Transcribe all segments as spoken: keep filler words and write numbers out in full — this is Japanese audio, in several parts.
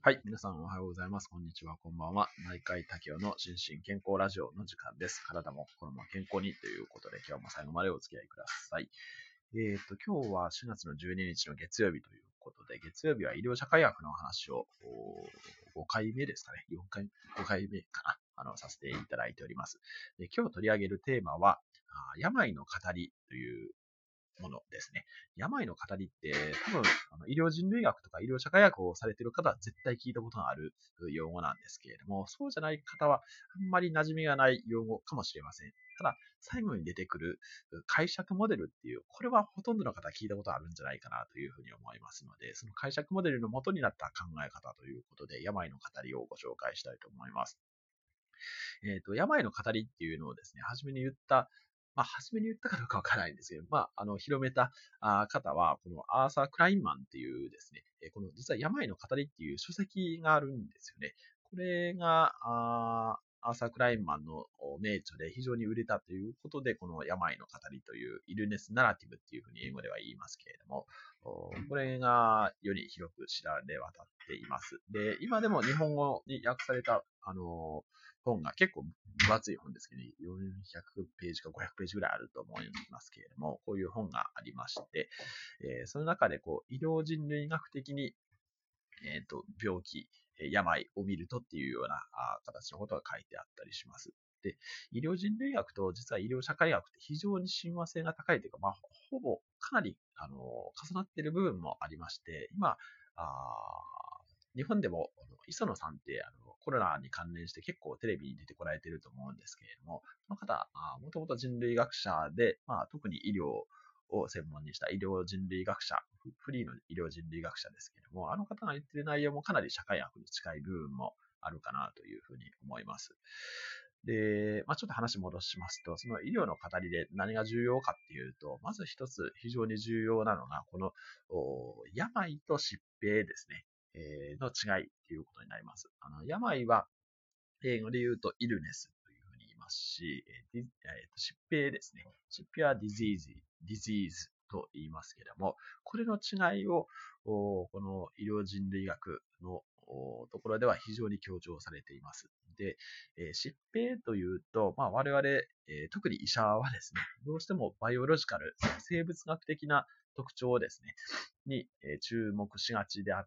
はい。皆さんおはようございます。こんにちは。こんばんは。内科医竹雄の心身健康ラジオの時間です。体も心も健康にということで、今日も最後までお付き合いください。えっ、と、今日はしがつのじゅうににちの月曜日ということで、月曜日は医療社会学の話をごかいめですかね。よんかい、ごかいめかな。あの、させていただいております。で今日取り上げるテーマは、あ病の語りというものですね。病の語りって、多分、あの医療人類学とか医療社会学をされている方は絶対聞いたことがある用語なんですけれども、そうじゃない方はあんまり馴染みがない用語かもしれません。ただ、最後に出てくる解釈モデルっていう、これはほとんどの方聞いたことあるんじゃないかなというふうに思いますので、その解釈モデルの元になった考え方ということで、病の語りをご紹介したいと思います。えっ、と、病の語りっていうのをですね、初めに言った、まあ、初めに言ったかどうかわからないんですけど、まあ、あの、広めたあ方は、このアーサー・クラインマンっていうですね、えーこの実は病の語りっていう書籍があるんですよね。これが、あーアーサー・クラインマンの名著で非常に売れたということで、この病の語りというイルネス・ナラティブっていうふうに英語では言いますけれども、おこれがより広く知られ渡っています。で、今でも日本語に訳された、あの本が結構分厚い本ですけど、よんひゃくページかごひゃくページぐらいあると思いますけれども、こういう本がありまして、えーその中でこう医療人類学的に、えーと病気、病を見るとっていうようなあ形のことが書いてあったりします。で、医療人類学と実は医療社会学って非常に親和性が高いというか、まあ、ほぼかなりあの重なっている部分もありまして、今、あ日本でも磯野さんってあのコロナに関連して結構テレビに出てこられていると思うんですけれども、この方、もともと人類学者で、まあ、特に医療を専門にした医療人類学者、フリーの医療人類学者ですけれども、あの方が言っている内容もかなり社会学に近い部分もあるかなというふうに思います。で、まあ、ちょっと話戻しますと、その医療の語りで何が重要かっていうと、まず一つ非常に重要なのが、この病と疾病ですね、えーの違いということになります。あの病は英語で言うとイルネスというふうに言いますし、えーえー疾病ですね。疾病は disease, disease と言いますけれども、これの違いを、この医療人類学のところでは非常に強調されています。で、えー疾病というと、まあ、我々、えー特に医者はですね、どうしてもバイオロジカル、生物学的な特徴をですね、に、えー注目しがちであって、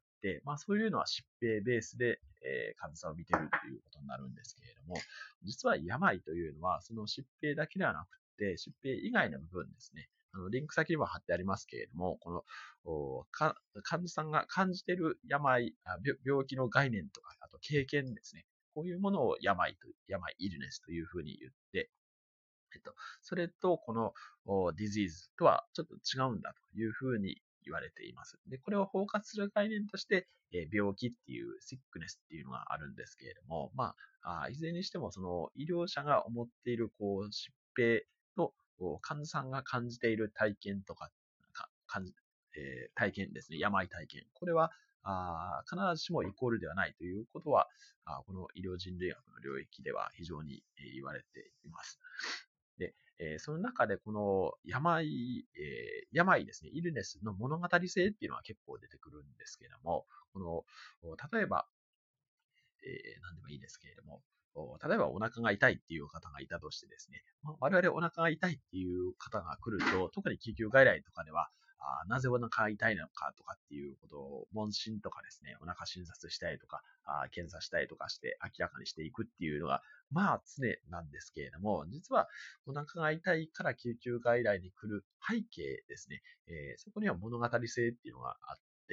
まあ、そういうのは疾病ベースで、えー患者さんを見ているということになるんですけれども、実は病というのは、その疾病だけではなくて、疾病以外の部分ですね。あのリンク先にも貼ってありますけれども、このおか患者さんが感じている病あ病、病気の概念とか、あと経験ですね。こういうものを病と、病、イルネスというふうに言って、えっと、それとこのディジーズとはちょっと違うんだというふうに言われています。で、これを包括する概念として、えー病気っていう、シックネスっていうのがあるんですけれども、まあ、あいずれにしてもその医療者が思っているこう疾病と患者さんが感じている体験とか、か感じえー体験ですね、病体験。これはあ必ずしもイコールではないということは、あこの医療人類学の領域では非常に言われています。で、えーその中でこの病、えー病ですね、イルネスの物語性っていうのは結構出てくるんですけれども、この、例えば、えー何でもいいですけれども、例えばお腹が痛いっていう方がいたとしてですね、我々お腹が痛いっていう方が来ると、特に救急外来とかでは、あなぜお腹が痛いのかとかっていうことを、問診とかですね、お腹診察したりとか、あ検査したりとかして明らかにしていくっていうのが、まあ常なんですけれども、実はお腹が痛いから救急外来に来る背景ですね、えーそこには物語性っていうのがあって、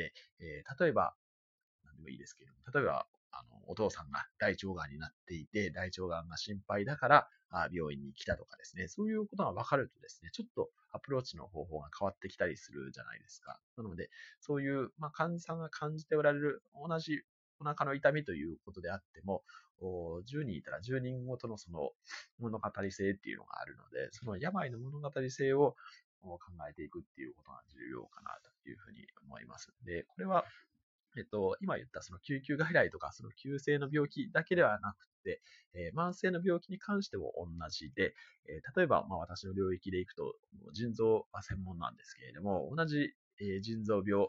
えー例えば、何でもいいですけれども、例えば、あの、お父さんが大腸がんになっていて、大腸がんが心配だから、あ病院に来たとかですね、そういうことが分かるとですね、ちょっとアプローチの方法が変わってきたりするじゃないですか。なので、そういう、まあ、患者さんが感じておられる同じお腹の痛みということであっても、じゅうにんいたらじゅうにんごとのその物語性っていうのがあるので、その病の物語性を考えていくっていうことが重要かなというふうに思います。で、これはえっと、今言ったその救急外来とか、その急性の病気だけではなくて、えー慢性の病気に関しても同じで、えー例えば、まあ、私の領域でいくと、腎臓は専門なんですけれども、同じ、えー腎臓病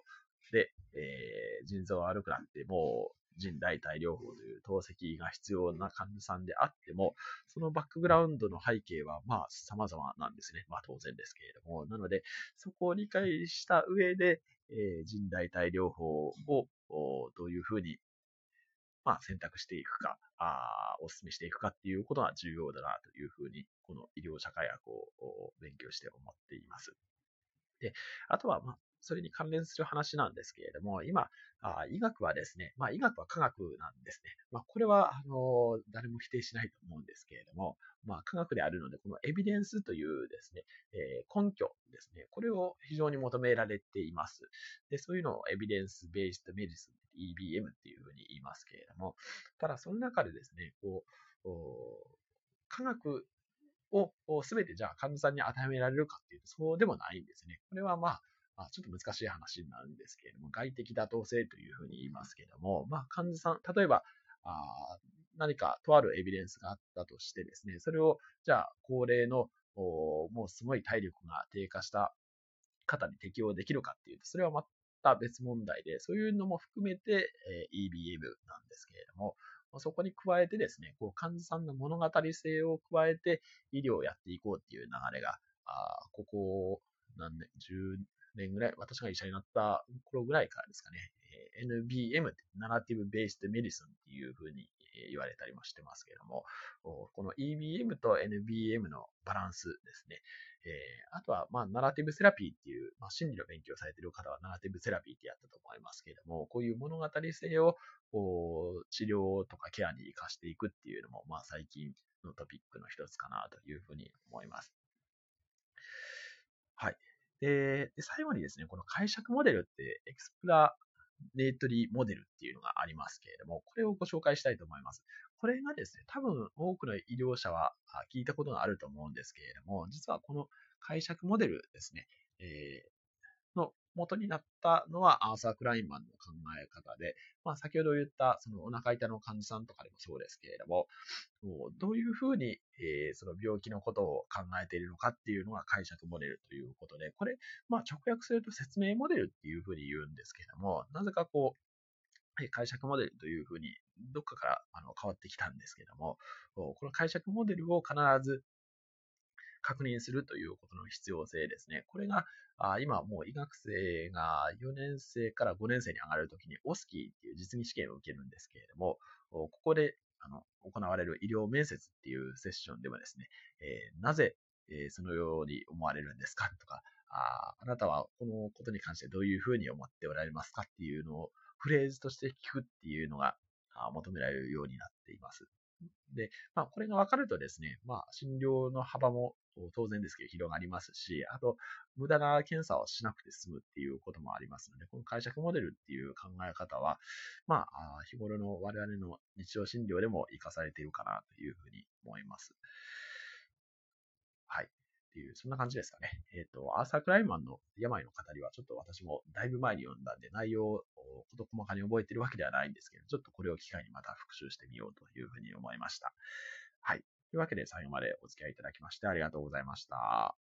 で、えー、腎臓が悪くなって、もう、腎代替療法という透析が必要な患者さんであっても、そのバックグラウンドの背景は、まあ、様々なんですね。まあ、当然ですけれども。なので、そこを理解した上で、えー、腎代替療法をどういうふうに、まあ、選択していくか、あお勧めしていくかっていうことが重要だなというふうに、この医療社会学を勉強して思っています。で、あとは、まあ、それに関連する話なんですけれども、今、あ医学はですね、まあ、医学は科学なんですね。まあ、これは、あの、誰も否定しないと思うんですけれども、まあ、科学であるので、このエビデンスというですね、えー根拠ですね、これを非常に求められています。で、そういうのをエビデンスベースドメディスン、イービーエム っていうふうに言いますけれども、ただその中でですね、こう、科学をすべてじゃあ患者さんに与えられるかっていうと、そうでもないんですね。これはまあ、まあ、ちょっと難しい話になるんですけれども、外的妥当性というふうに言いますけれども、まあ、患者さん、例えば、あ何かとあるエビデンスがあったとしてですね、それを、じゃあ、高齢の、もうすごい体力が低下した方に適用できるかっていうと、それはまた別問題で、そういうのも含めて、えー、イービーエム なんですけれども、そこに加えてですね、こう患者さんの物語性を加えて医療をやっていこうっていう流れが、あここ何年、じゅうねんぐらい、私が医者になった頃ぐらいからですかね、エヌビーエム って、ナラティブ・ベースド・メディスンっていうふうに言われたりもしてますけれども、この イービーエム と エヌビーエム のバランスですね。えー、あとは、まあ、ナラティブセラピーっていう、まあ、心理の勉強されている方はナラティブセラピーってやったと思いますけれども、こういう物語性をこう治療とかケアに活かしていくっていうのも、まあ、最近のトピックの一つかなというふうに思います。はい。で、で最後にですね、この解釈モデルってエクスプラネートリーモデルっていうのがありますけれども、これをご紹介したいと思います。これがですね、多分多くの医療者は聞いたことがあると思うんですけれども、実はこの解釈モデルですね、えーの元になったのはアーサー・クラインマンの考え方で、まあ、先ほど言ったそのお腹痛の患者さんとかでもそうですけれども、どういうふうに、えーその病気のことを考えているのかっていうのが解釈モデルということで、これ、まあ、直訳すると説明モデルっていうふうに言うんですけれども、なぜかこう、解釈モデルというふうにどっかからあの変わってきたんですけれども、この解釈モデルを必ず確認するということの必要性ですね。これが、あ今もう医学生がよねん生からごねん生に上がるときにオスキーっていう実技試験を受けるんですけれども、ここであの行われる医療面接っていうセッションではですね、えーなぜ、えーそのように思われるんですかとか、ああなたはこのことに関してどういうふうに思っておられますかっていうのをフレーズとして聞くっていうのがあ求められるようになっています。で、まあ、これが分かるとですね、まあ、診療の幅も当然ですけど広がりますし、あと、無駄な検査をしなくて済むっていうこともありますので、この解釈モデルっていう考え方は、まあ、日頃の我々の日常診療でも活かされているかなというふうに思います。はい。っていう、そんな感じですかね。えっ、と、アーサー・クライマンの病の語りは、ちょっと私もだいぶ前に読んだんで、内容を事細かに覚えているわけではないんですけど、ちょっとこれを機会にまた復習してみようというふうに思いました。はい。というわけで最後までお付き合いいただきましてありがとうございました。